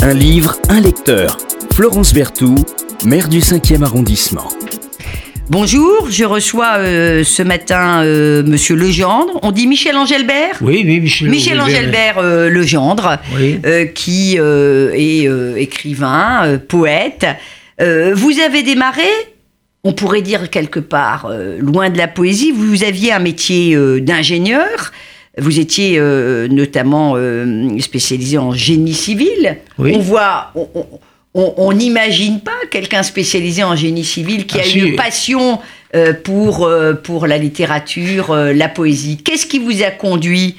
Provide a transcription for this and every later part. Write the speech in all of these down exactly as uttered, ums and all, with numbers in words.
Un livre, un lecteur. Florence Berthoud, maire du cinquième arrondissement. Bonjour, je reçois euh, ce matin euh, Monsieur Legendre. On dit Michel Engelbert ? Oui, oui, Michel, Michel Engelbert euh, Legendre, oui. euh, qui euh, est euh, écrivain, euh, poète. Euh, vous avez démarré, on pourrait dire quelque part, euh, loin de la poésie, vous aviez un métier euh, d'ingénieur. Vous étiez euh, notamment euh, spécialisé en génie civil. Oui. On voit... On, on, On n'imagine pas quelqu'un spécialisé en génie civil qui ah, a si. une passion euh, pour, euh, pour la littérature, euh, la poésie. Qu'est-ce qui vous a conduit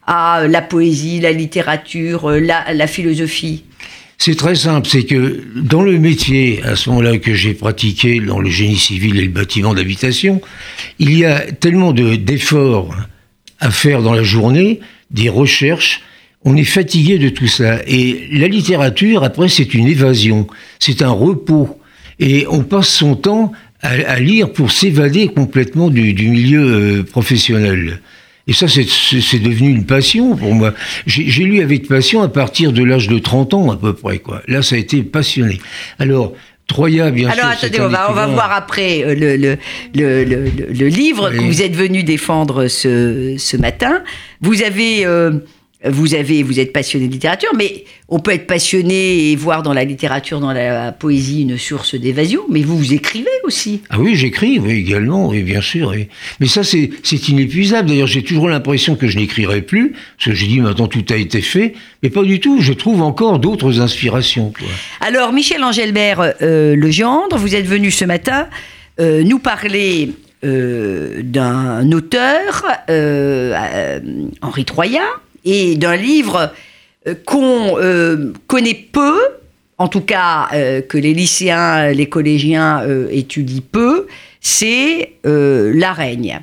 à la poésie, la littérature, euh, la, la philosophie ? C'est très simple, c'est que dans le métier, à ce moment-là que j'ai pratiqué dans le génie civil et le bâtiment d'habitation, il y a tellement de, d'efforts à faire dans la journée, des recherches. On est fatigué de tout ça. Et la littérature, après, c'est une évasion. C'est un repos. Et on passe son temps à, à lire pour s'évader complètement du, du milieu euh, professionnel. Et ça, c'est, c'est, c'est devenu une passion pour moi. J'ai, j'ai lu avec passion à partir de l'âge de trente ans, à peu près, quoi. Là, ça a été passionné. Alors... Troya, bien Alors, sûr. attendez, on va, on va voir après euh, le, le, le, le, le livre oui. que vous êtes venu défendre ce, ce matin. Vous avez... Euh, Vous, avez, vous êtes passionné de littérature, mais on peut être passionné et voir dans la littérature, dans la poésie, une source d'évasion, mais vous, vous écrivez aussi. Ah oui, j'écris, oui, également, oui, bien sûr. Oui. Mais ça, c'est, c'est inépuisable. D'ailleurs, j'ai toujours l'impression que je n'écrirai plus, parce que j'ai dit, maintenant, tout a été fait, mais pas du tout. Je trouve encore d'autres inspirations, quoi. Alors, Michel Engelbert euh, Legendre, vous êtes venu ce matin euh, nous parler... Euh, d'un auteur, euh, euh, Henri Troyat, et d'un livre euh, qu'on euh, connaît peu, en tout cas euh, que les lycéens, les collégiens euh, étudient peu, c'est euh, L'Araigne.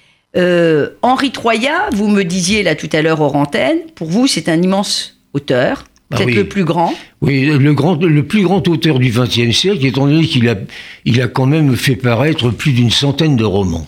Euh, Henri Troyat, vous me disiez là tout à l'heure hors antenne, pour vous c'est un immense auteur, peut-être ah oui. le plus grand. Oui, le, grand, le plus grand auteur du vingtième siècle, étant donné qu'il a, il a quand même fait paraître plus d'une centaine de romans.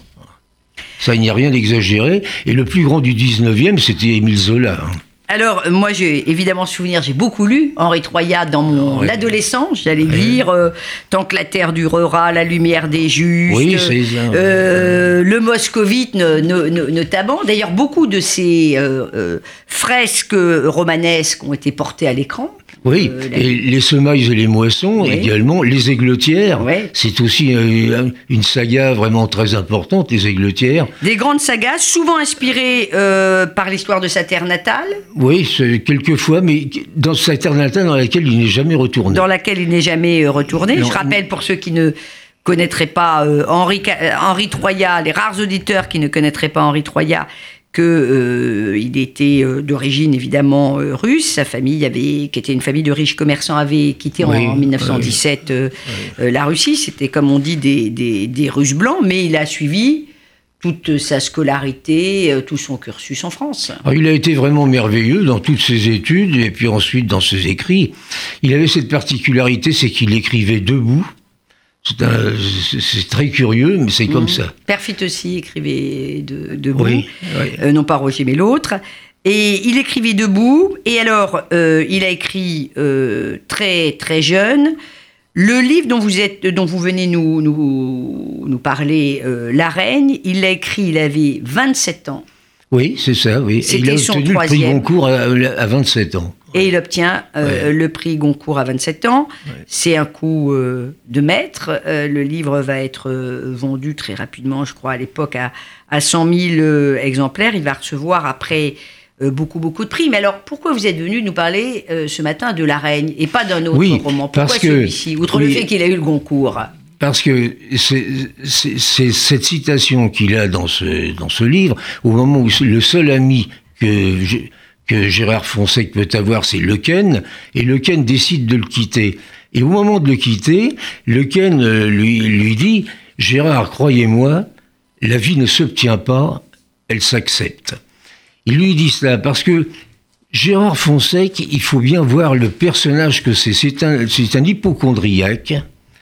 Ça, il n'y a rien d'exagéré. Et le plus grand du dix-neuvième, c'était Émile Zola. Alors, moi, j'ai évidemment souvenir, j'ai beaucoup lu Henri Troyat dans mon oui. adolescence. J'allais oui. lire euh, Tant que la terre durera, La lumière des justes, oui, c'est ça. Euh, Le Moscovite no, no, no, notamment. D'ailleurs, beaucoup de ces euh, euh, fresques romanesques ont été portées à l'écran. Oui, euh, la... et les semailles et les moissons oui. également, les égletières, oui. c'est aussi euh, une saga vraiment très importante, les égletières. Des grandes sagas, souvent inspirées euh, par l'histoire de sa terre natale. Oui, c'est quelquefois, mais dans sa terre natale dans laquelle il n'est jamais retourné. Dans laquelle il n'est jamais retourné. Non. Je rappelle pour ceux qui ne connaîtraient pas euh, Henri, Henri Troyat, les rares auditeurs qui ne connaîtraient pas Henri Troyat, que euh, il était euh, d'origine évidemment euh, russe. Sa famille avait, qui était une famille de riches commerçants, avait quitté oui, en dix-neuf cent dix-sept oui, euh, oui. Euh, la Russie. C'était comme on dit des, des, des Russes blancs, mais il a suivi toute sa scolarité, euh, tout son cursus en France. Alors, il a été vraiment merveilleux dans toutes ses études et puis ensuite dans ses écrits. Il avait cette particularité, c'est qu'il écrivait debout. C'est, un, c'est, c'est très curieux, mais c'est mmh. comme ça. Perfit aussi écrivait de, debout, oui, oui. Euh, non pas Roger, mais l'autre. Et il écrivait debout, et alors, euh, il a écrit euh, très, très jeune. Le livre dont vous, êtes, dont vous venez nous, nous, nous parler, euh, L'Araigne, il l'a écrit, il avait vingt-sept ans. Oui, c'est ça, oui. C'était et il a son obtenu troisième. le prix Goncourt à, à vingt-sept ans. Et il obtient euh, ouais. le prix Goncourt à vingt-sept ans. Ouais. C'est un coup euh, de maître. Euh, le livre va être euh, vendu très rapidement, je crois, à l'époque, à, à cent mille euh, exemplaires. Il va recevoir après euh, beaucoup, beaucoup de prix. Mais alors, pourquoi vous êtes venu nous parler euh, ce matin de L'Araigne et pas d'un autre oui, roman ? Pourquoi parce que, celui-ci, outre oui, le fait qu'il a eu le Goncourt ? Parce que c'est, c'est, c'est cette citation qu'il a dans ce, dans ce livre, au moment où le seul ami que... Je, que Gérard Fonsègue peut avoir, c'est Lequesne, et Lequesne décide de le quitter. Et au moment de le quitter, Lequesne lui, lui dit « Gérard, croyez-moi, la vie ne s'obtient pas, elle s'accepte. » Il lui dit cela parce que Gérard Fonsègue, il faut bien voir le personnage que c'est. C'est un, c'est un hypocondriaque.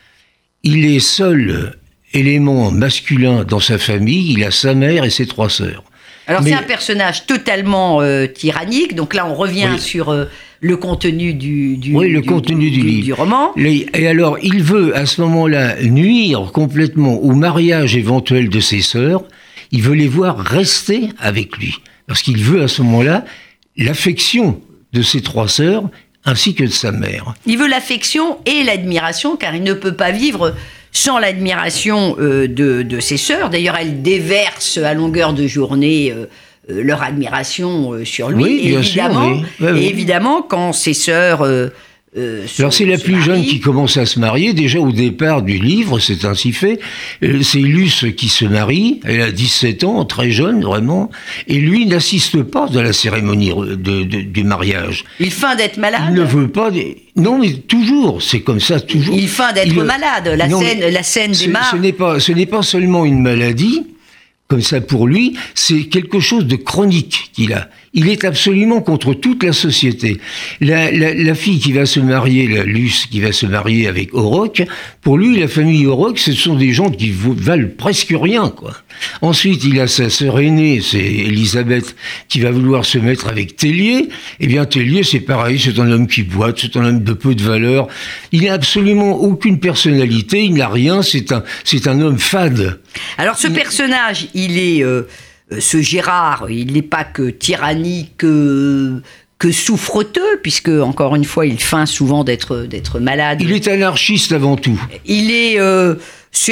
Il est seul élément masculin dans sa famille, il a sa mère et ses trois sœurs. Alors Mais, c'est un personnage totalement euh, tyrannique, donc là on revient oui. sur euh, le contenu du, du, Oui, le du, contenu du, du, livre. du roman. Les- Et alors, il veut à ce moment-là nuire complètement au mariage éventuel de ses sœurs. Il veut les voir rester avec lui. Parce qu'il veut à ce moment-là l'affection de ses trois sœurs ainsi que de sa mère. Il veut l'affection et l'admiration, car il ne peut pas vivre sans l'admiration euh, de, de ses sœurs. D'ailleurs, elles déversent à longueur de journée euh, euh, leur admiration euh, sur lui. Oui, et bien évidemment, sûr, oui. Ouais, et oui. évidemment, quand ses sœurs euh, euh, se- Alors c'est la se plus jeune marient, qui commence à se marier. Déjà au départ du livre, c'est ainsi fait. Euh, C'est Luce qui se marie. Elle a dix-sept ans, très jeune vraiment. Et lui n'assiste pas à la cérémonie de- de- du mariage. il feint d'être malade. Il ne veut pas... des- Non, mais toujours, c'est comme ça, toujours. Il feint d'être Il- malade. La Non, scène, mais la scène ce, démarre. ce n'est pas, ce n'est pas seulement une maladie, comme ça pour lui, c'est quelque chose de chronique qu'il a. Il est absolument contre toute la société. La, la, la fille qui va se marier, la Luce, qui va se marier avec Auroch, pour lui, la famille Auroch, ce sont des gens qui vaut- valent presque rien, quoi. Ensuite, il a sa sœur aînée, c'est Elisabeth, qui va vouloir se mettre avec Tellier. Eh bien, Tellier, c'est pareil, c'est un homme qui boite, c'est un homme de peu de valeur. Il n'a absolument aucune personnalité, il n'a rien, c'est un, c'est un homme fade. Alors ce personnage, il est euh, euh, ce Gérard, il n'est pas que tyrannique, que, que souffreteux, puisque encore une fois, il feint souvent d'être d'être malade. Il est anarchiste avant tout. Il est, euh, c'est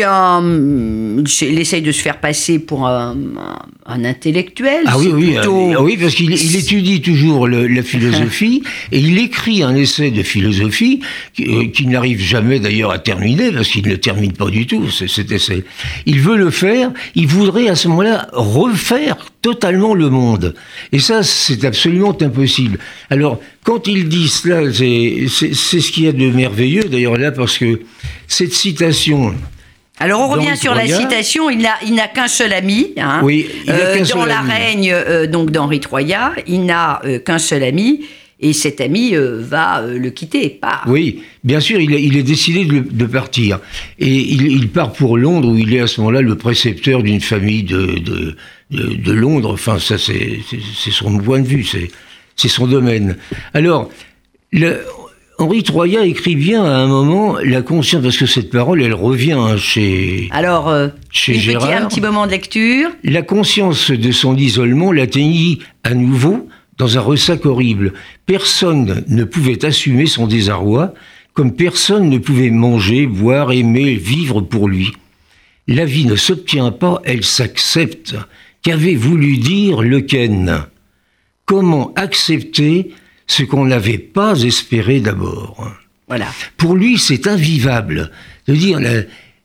un, c'est- il essaye de se faire passer pour un, un- un intellectuel. Ah oui, c'est oui, plutôt- ah oui, parce qu'il il étudie toujours le- la philosophie et il écrit un essai de philosophie qui, euh, qu'il n'arrive jamais d'ailleurs à terminer parce qu'il ne termine pas du tout ce- cet essai. Il veut le faire, il voudrait à ce moment-là refaire totalement le monde. Et ça, c'est absolument impossible. Alors, quand il dit cela, c'est c'est- c'est ce qu'il y a de merveilleux d'ailleurs là parce que cette citation... Alors on Dans revient sur la Troya. citation. Il n'a, il n'a qu'un seul ami. Hein. Oui, il n'a Euh, qu'un dans seul la ami. règne euh, donc d'Henri Troya, il n'a euh, qu'un seul ami et cet ami euh, va euh, le quitter. Pas. Oui, bien sûr, il, est- il est décidé de, de partir. Et il, il part pour Londres, où il est à ce moment-là le précepteur d'une famille de, de, de, de Londres. Enfin, ça, c'est c'est- c'est son point de vue, c'est c'est son domaine. Alors, le, Henri Troya écrit bien à un moment la conscience, parce que cette parole, elle revient hein, chez... Alors, euh, Chez une petite- Gérard. un petit moment de lecture. La conscience de son isolement l'atteignit à nouveau dans un ressac horrible. Personne ne pouvait assumer son désarroi, comme personne ne pouvait manger, boire, aimer, vivre pour lui. La vie ne s'obtient pas, elle s'accepte. Qu'avait voulu dire Lequesne ? Comment accepter ce qu'on n'avait pas espéré d'abord ? Voilà. Pour lui, c'est invivable de dire la,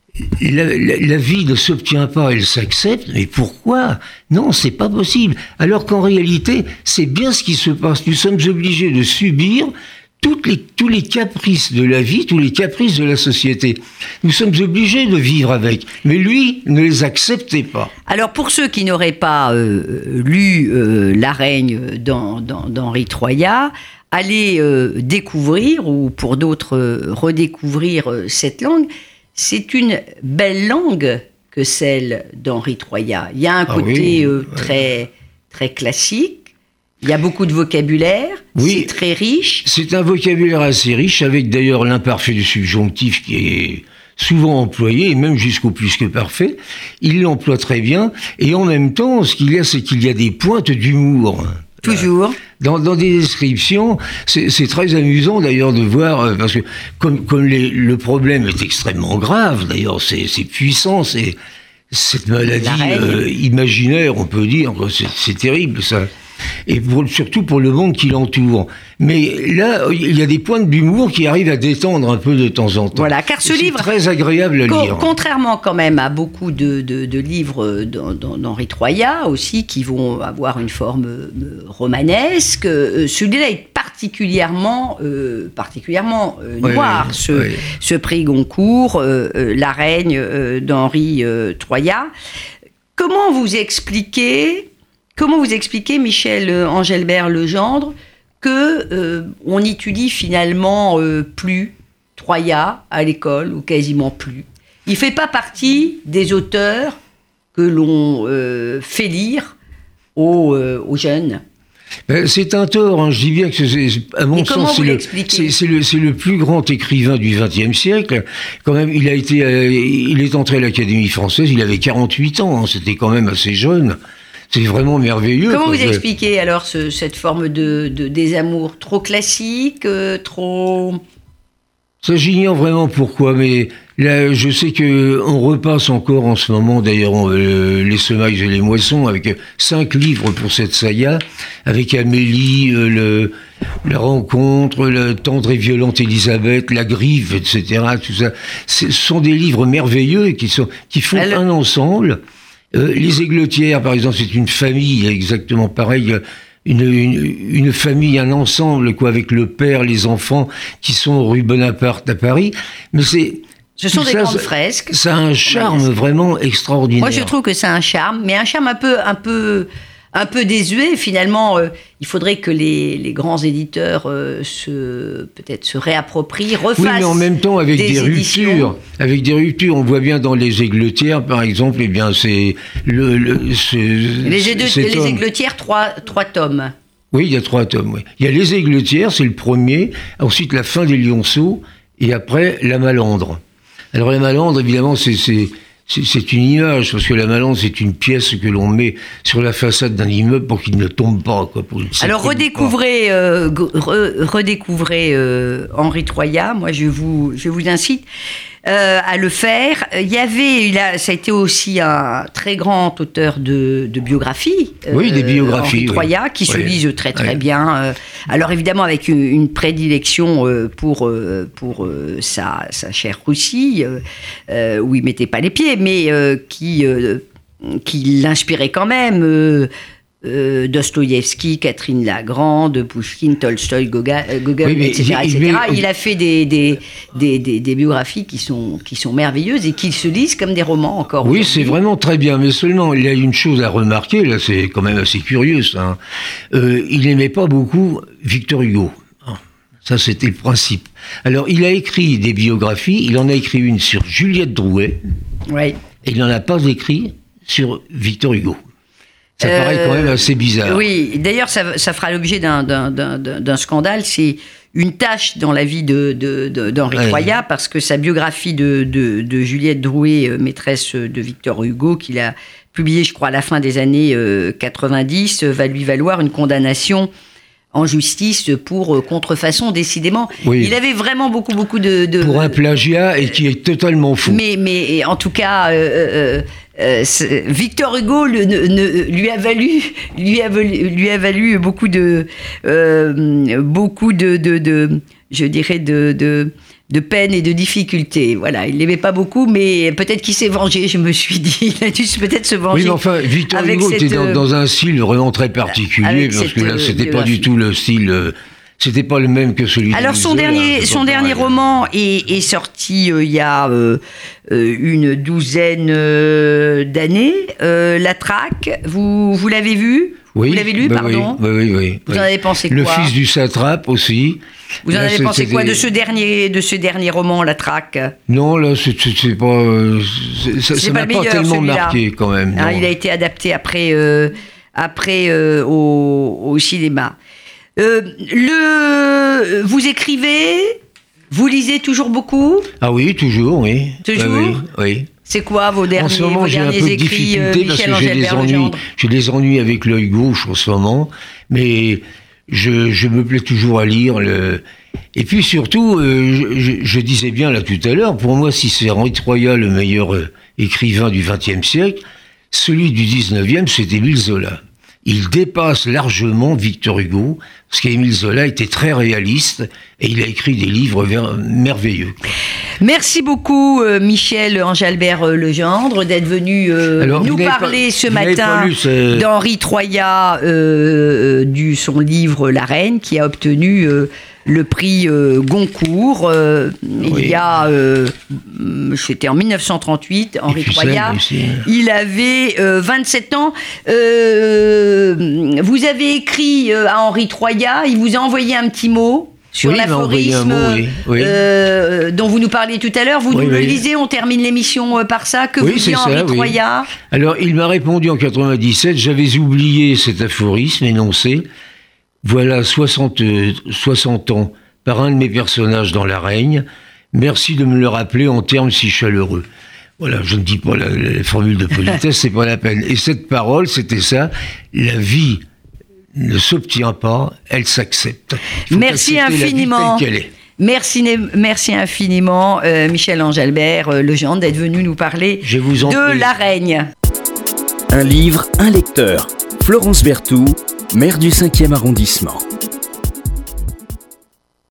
la, la- la vie ne s'obtient pas, elle s'accepte. Mais pourquoi ? Non, c'est pas possible. Alors qu'en réalité, c'est bien ce qui se passe. Nous sommes obligés de subir toutes les, tous les caprices de la vie, tous les caprices de la société. Nous sommes obligés de vivre avec. Mais lui ne les acceptait pas. Alors pour ceux qui n'auraient pas euh, lu euh, La règne d'Hen- d'Hen- d'Henri Troya, allez euh, découvrir, ou pour d'autres euh, redécouvrir euh, cette langue. C'est une belle langue que celle d'Henri Troya. Il y a un Ah côté oui, euh, ouais. très, très classique, il y a beaucoup de vocabulaire, Oui. c'est très riche. C'est un vocabulaire assez riche, avec d'ailleurs l'imparfait du subjonctif qui est souvent employé, et même jusqu'au plus que parfait. Il l'emploie très bien, et en même temps, ce qu'il y a, c'est qu'il y a des pointes d'humour. Toujours. Dans, dans des descriptions, c'est c'est très amusant d'ailleurs de voir, euh, parce que comme, comme les- le problème est extrêmement grave, d'ailleurs c'est c'est puissant, c'est cette maladie La règne. euh, imaginaire, on peut dire, c'est c'est terrible ça. Et pour, surtout pour le monde qui l'entoure. Mais là, il y a des points d'humour qui arrivent à détendre un peu de temps en temps. Voilà, car ce Et c'est livre- très agréable à Co- lire. Contrairement quand même à beaucoup de, de- de livres d'Hen- d'Hen- d'Henri Troya aussi, qui vont avoir une forme euh, romanesque, euh, celui-là est particulièrement, euh, particulièrement euh, Oui, noir. oui, ce, oui. ce prix Goncourt, euh, euh, La règne euh, d'Henri euh, Troya. Comment vous expliquez, comment vous expliquez, Michel euh, Engelbert Legendre, que euh, on étudie finalement euh, plus Troya à l'école, ou quasiment plus. Il ne fait pas partie des auteurs que l'on euh, fait lire aux, euh, aux jeunes? Ben, c'est un tort, hein. Je dis bien que c'est, à mon sens, c'est le, c'est, c'est, le, c'est le plus grand écrivain du vingtième siècle. Quand même, il a été, euh, il est entré à l'Académie française, il avait quarante-huit ans, hein. C'était quand même assez jeune. C'est vraiment merveilleux. Comment vous que... expliquez alors ce, cette forme de, de désamour trop classique, euh, trop... Ça, j'ignore vraiment pourquoi, mais là, je sais que on repasse encore en ce moment, d'ailleurs, on, euh, Les Semailles et les Moissons, avec cinq livres pour cette saga, avec Amélie, euh, le, la rencontre, la tendre et violente Élisabeth, la Grive, et cetera. Tout ça, ce sont des livres merveilleux qui sont qui font Alors... un ensemble. Euh, les Égletières, par exemple, c'est une famille exactement pareil. Une, une, une famille, un ensemble, quoi, avec le père, les enfants, qui sont rue Bonaparte à Paris. Mais c'est... Ce sont des ça, grandes ça, fresques. Ça a un charme vraiment extraordinaire. Moi, je trouve que ça a un charme, mais un charme un peu, un peu, un peu désuet. Finalement, euh, il faudrait que les, les grands éditeurs euh, se, peut-être se réapproprient, refassent. Oui, mais en même temps, avec des, des ruptures. Avec des ruptures, on voit bien dans Les Égletières, par exemple, eh bien, c'est le, le c'est, les, éde- les Égletières, trois, trois tomes. Oui, il y a trois tomes. Oui. Il y a Les Égletières, c'est le premier. Ensuite, La fin des Lionceaux, et après La Malandre. Alors la Malandre, évidemment, c'est, c'est, c'est, c'est une image, parce que la Malandre, c'est une pièce que l'on met sur la façade d'un immeuble pour qu'il ne tombe pas. Quoi, pour Alors redécouvrez, euh, re, redécouvrez euh, Henri Troyat, moi je vous, je vous incite euh, à le faire. Il y avait, il a, ça a été aussi un très grand auteur de, de biographies. Oui, euh, des biographies. Henri Troyat, oui. qui oui. se lisent très très oui. bien. Euh, alors évidemment avec une, une prédilection euh, pour, euh, pour euh, sa, sa chère Russie, euh, euh, où il mettait pas les pieds, mais euh, qui, euh, qui l'inspirait quand même. Euh, Euh, Dostoïevski, Catherine Lagrande, Pouchkine, Tolstoï, Gogol, oui, et cetera, et cetera. Il, il a fait des, des, des, des, des biographies qui sont, qui sont merveilleuses et qui se lisent comme des romans encore. Oui, c'est vraiment très bien, mais seulement il y a une chose à remarquer, là c'est quand même assez curieux ça. Hein. Euh, il n'aimait pas beaucoup Victor Hugo. Ça, c'était le principe. Alors, il a écrit des biographies, il en a écrit une sur Juliette Drouet, oui. et il n'en a pas écrit sur Victor Hugo. Ça euh, paraît quand même assez bizarre. Oui, d'ailleurs, ça, ça fera l'objet d'un, d'un, d'un, d'un scandale. C'est une tâche dans la vie de, de, de, d'Henri ouais. Troyat, parce que sa biographie de, de, de Juliette Drouet, maîtresse de Victor Hugo, qu'il a publiée, je crois, à la fin des années quatre-vingt-dix, va lui valoir une condamnation en justice pour contrefaçon, décidément. Oui. Il avait vraiment beaucoup, beaucoup de... de pour un plagiat, et qui est totalement fou. Mais, mais en tout cas... Euh, Euh, Victor Hugo le, ne, ne, lui a valu lui a valu, lui a valu beaucoup de euh, beaucoup de, de, de je dirais de, de de peine et de difficultés. Voilà, il l'aimait pas beaucoup, mais peut-être qu'il s'est vengé. Je me suis dit, il a dû peut-être se venger. Oui, mais enfin, Victor Hugo cette, était dans, dans un style vraiment très particulier, parce cette, que là, c'était pas du tout le style. Euh, C'était pas le même que celui. Alors son Zola, dernier, son dernier roman est, est sorti euh, il y a euh, une douzaine euh, d'années. Euh, La Traque. Vous vous l'avez vu? Oui. Vous l'avez lu, bah pardon? Oui, oui, oui. Vous oui. en avez pensé quoi? Le fils du satrape aussi. Vous en là, avez pensé quoi de ce dernier, de ce dernier roman, La Traque? Non, là, c'est, c'est, c'est pas, c'est, ça, ça m'a pas meilleur, tellement celui-là. marqué quand même. Ah, il a été adapté après, euh, après euh, au, au cinéma. Euh, le, vous écrivez, vous lisez toujours beaucoup? Ah oui, toujours, oui. Toujours? Ah, oui, oui. C'est quoi vos derniers, en ce moment, vos j'ai derniers un peu de écrits, difficulté euh, parce Michel que j'ai des ennuis, j'ai des ennuis avec l'œil gauche en ce moment, mais je, je me plais toujours à lire. Le... Et puis surtout, euh, je, je disais bien là tout à l'heure, pour moi, si c'est Henri Troyat le meilleur euh, écrivain du vingtième siècle, celui du dix-neuvième, c'est Émile Zola. Il dépasse largement Victor Hugo, parce qu'Émile Zola était très réaliste et il a écrit des livres merveilleux. Merci beaucoup euh, Michel Enjalbert euh, Legendre d'être venu euh, Alors, nous parler pas, ce matin lu, d'Henri Troyat, euh, du son livre La Reine, qui a obtenu euh, le prix euh, Goncourt. Euh, oui. Il y a, euh, c'était en dix-neuf cent trente-huit, Henri Troyat. Il avait euh, vingt-sept ans. Euh, vous avez écrit euh, à Henri Troyat, il vous a envoyé un petit mot. sur Oui, il m'a envoyé un l'aphorisme mot, oui, oui. euh, dont vous nous parliez tout à l'heure. Vous Oui, nous le oui. lisez, on termine l'émission euh, par ça. Que Oui, vous c'est dit Henri ça, oui. Troyat? Alors, il m'a répondu en quatre-vingt-dix-sept, j'avais oublié cet aphorisme énoncé. Voilà soixante, euh, soixante ans par un de mes personnages dans La Règne. Merci de me le rappeler en termes si chaleureux. Voilà, je ne dis pas la, la formule de politesse, c'est pas la peine. Et cette parole, c'était ça, la vie ne s'obtient pas, elle s'accepte. Il faut Merci accepter la vie infiniment. telle qu'elle est. Merci, merci infiniment, euh, Michel-Ange Albert euh, Legendre, d'être venu nous parler Je vous en de prie. La Règne. Un livre, un lecteur. Florence Berthoud, maire du cinquième arrondissement.